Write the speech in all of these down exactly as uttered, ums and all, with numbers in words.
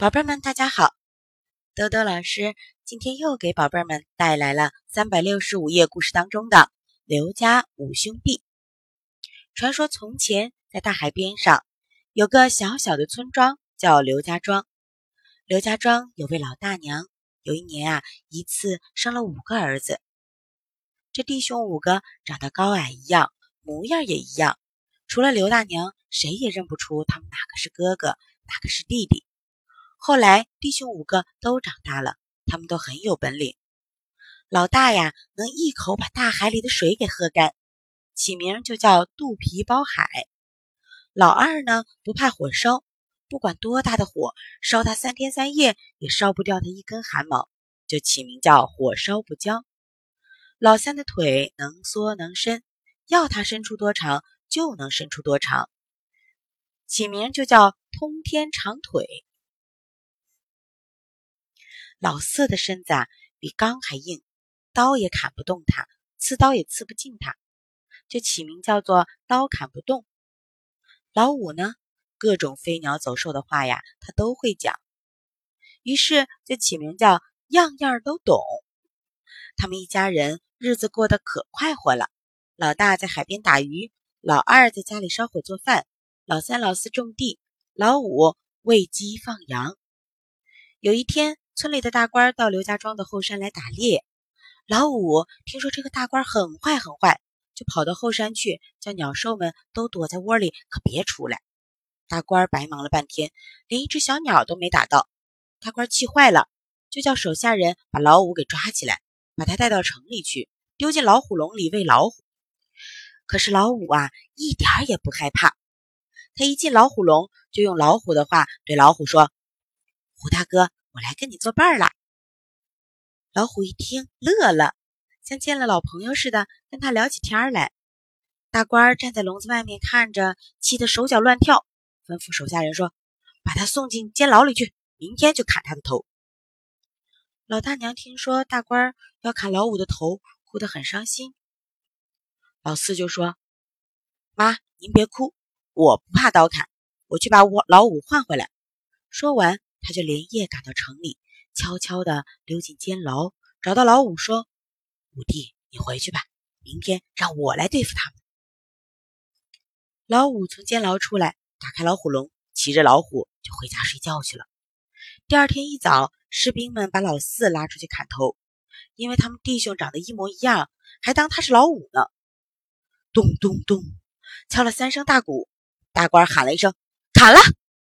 宝贝们，大家好！豆豆老师今天又给宝贝们带来了三百六十五页故事当中的刘家五兄弟。传说从前在大海边上有个小小的村庄，叫刘家庄。刘家庄有位老大娘，有一年啊，一次生了五个儿子。这弟兄五个长得高矮一样，模样也一样，除了刘大娘，谁也认不出他们哪个是哥哥，哪个是弟弟。后来弟兄五个都长大了，他们都很有本领。老大呀，能一口把大海里的水给喝干，起名就叫肚皮包海。老二呢，不怕火烧，不管多大的火，烧他三天三夜也烧不掉他一根汗毛，就起名叫火烧不焦。老三的腿能缩能伸，要他伸出多长就能伸出多长，起名就叫通天长腿。老四的身子啊，比钢还硬，刀也砍不动他，刺刀也刺不进他，就起名叫做刀砍不动。老五呢，各种飞鸟走兽的话呀，他都会讲，于是就起名叫样样都懂。他们一家人日子过得可快活了。老大在海边打鱼，老二在家里烧火做饭，老三老四种地，老五喂鸡放羊。有一天，村里的大官到刘家庄的后山来打猎。老五听说这个大官很坏很坏，就跑到后山去，叫鸟兽们都躲在窝里，可别出来。大官白忙了半天，连一只小鸟都没打到。大官气坏了，就叫手下人把老五给抓起来，把他带到城里去，丢进老虎笼里喂老虎。可是老五啊，一点也不害怕。他一进老虎笼，就用老虎的话对老虎说：“虎大哥，我来跟你作伴了。”老虎一听乐了，像见了老朋友似的，跟他聊起天来。大官站在笼子外面看着，气得手脚乱跳，吩咐手下人说：“把他送进监牢里去，明天就砍他的头。”老大娘听说大官要砍老五的头，哭得很伤心。老四就说：“妈，您别哭，我不怕刀砍，我去把我老五换回来。”说完，他就连夜赶到城里，悄悄地溜进监牢，找到老五说：“五弟，你回去吧，明天让我来对付他们。”老五从监牢出来，打开老虎笼，骑着老虎就回家睡觉去了。第二天一早，士兵们把老四拉出去砍头，因为他们弟兄长得一模一样，还当他是老五呢。咚咚咚，敲了三声大鼓，大官喊了一声：“砍了！”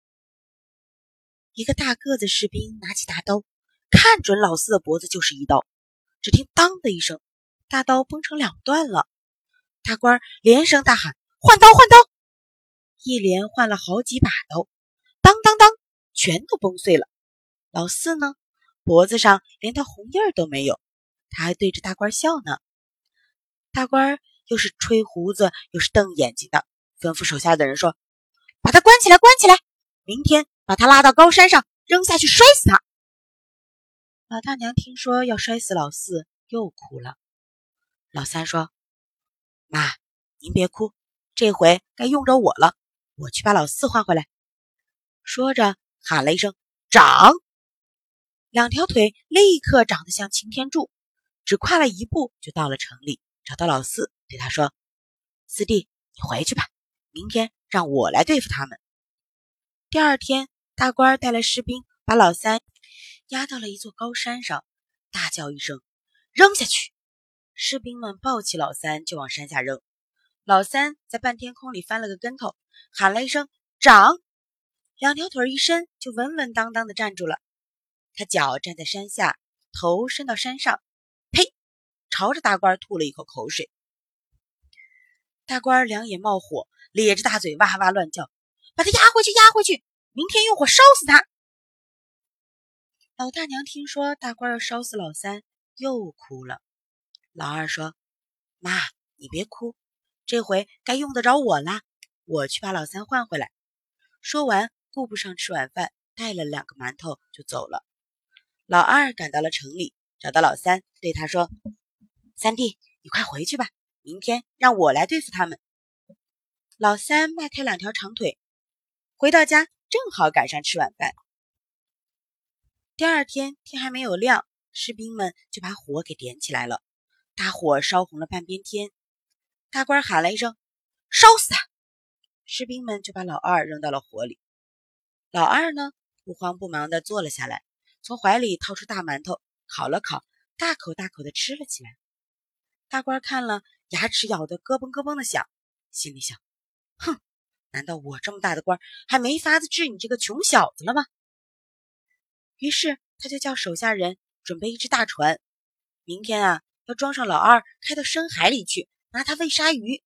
一个大个子士兵拿起大刀，看准老四的脖子就是一刀。只听当的一声，大刀崩成两段了。大官连声大喊：“换刀换刀！”一连换了好几把刀，当当当，全都崩碎了。老四呢，脖子上连条红印儿都没有，他还对着大官笑呢。大官又是吹胡子又是瞪眼睛的，吩咐手下的人说：“把他关起来关起来，明天把他拉到高山上，扔下去摔死他。”老大娘听说要摔死老四，又哭了。老三说：“妈，您别哭，这回该用着我了，我去把老四换回来。”说着喊了一声：“长！”两条腿立刻长得像擎天柱，只跨了一步就到了城里，找到老四，对他说：“四弟，你回去吧，明天让我来对付他们。”第二天，大官带来士兵，把老三押到了一座高山上，大叫一声：“扔下去！”士兵们抱起老三就往山下扔。老三在半天空里翻了个跟头，喊了一声：“长！”两条腿一伸，就稳稳当当地站住了。他脚站在山下，头伸到山上，呸！朝着大官吐了一口口水。大官两眼冒火，咧着大嘴哇哇乱叫：“把他押回去，押回去！明天用火烧死他！”老大娘听说大官要烧死老三，又哭了。老二说：“妈，你别哭，这回该用得着我啦，我去把老三换回来。”说完，顾不上吃晚饭，带了两个馒头就走了。老二赶到了城里，找到老三，对他说：“三弟，你快回去吧，明天让我来对付他们。”老三迈开两条长腿，回到家正好赶上吃晚饭。 第二天天还没有亮，士兵们就把火给点起来了，大火烧红了半边天。大官喊了一声：“烧死他！”士兵们就把老二扔到了火里。老二呢，不慌不忙地坐了下来，从怀里掏出大馒头，烤了烤，大口大口地吃了起来。大官看了，牙齿咬得咯嘣咯嘣地响，心里想：哼，难道我这么大的官还没法子治你这个穷小子了吗？于是他就叫手下人准备一只大船，明天啊，要装上老二开到深海里去，拿他喂鲨鱼。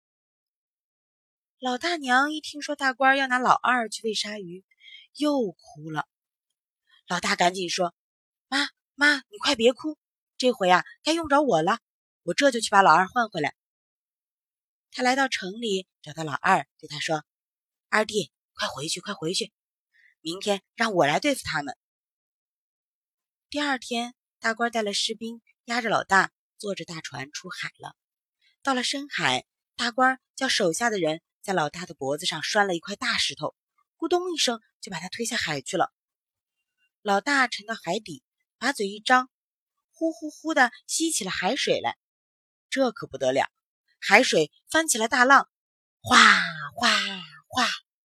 老大娘一听说大官要拿老二去喂鲨鱼，又哭了。老大赶紧说：“妈妈，你快别哭，这回啊，该用着我了，我这就去把老二换回来。”他来到城里，找到老二，对他说：“二弟，快回去，快回去，明天让我来对付他们。”第二天，大官带了士兵，押着老大，坐着大船出海了。到了深海，大官叫手下的人在老大的脖子上拴了一块大石头，咕咚一声就把他推下海去了。老大沉到海底，把嘴一张，呼呼呼地吸起了海水来。这可不得了，海水翻起了大浪，哗哗哗，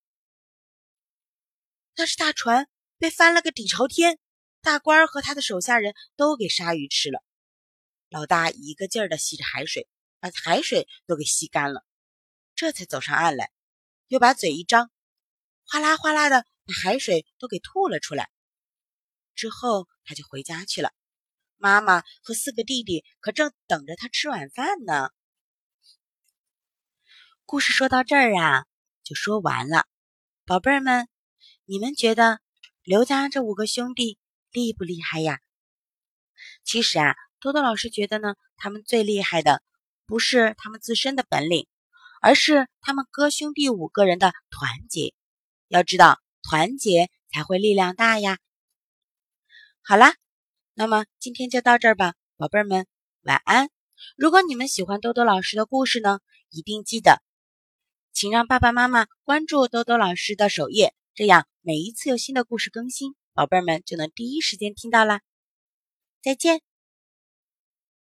那只大船被翻了个底朝天，大官和他的手下人都给鲨鱼吃了。老大一个劲儿地吸着海水，把海水都给吸干了，这才走上岸来，又把嘴一张，哗啦哗啦的把海水都给吐了出来。之后他就回家去了，妈妈和四个弟弟可正等着他吃晚饭呢。故事说到这儿啊，就说完了。宝贝儿们，你们觉得刘家这五个兄弟厉不厉害呀？其实啊，多多老师觉得呢，他们最厉害的不是他们自身的本领，而是他们哥兄弟五个人的团结。要知道，团结才会力量大呀。好啦，那么今天就到这儿吧，宝贝儿们，晚安。如果你们喜欢多多老师的故事呢，一定记得，请让爸爸妈妈关注多多老师的首页，这样每一次有新的故事更新，宝贝儿们就能第一时间听到啦。再见。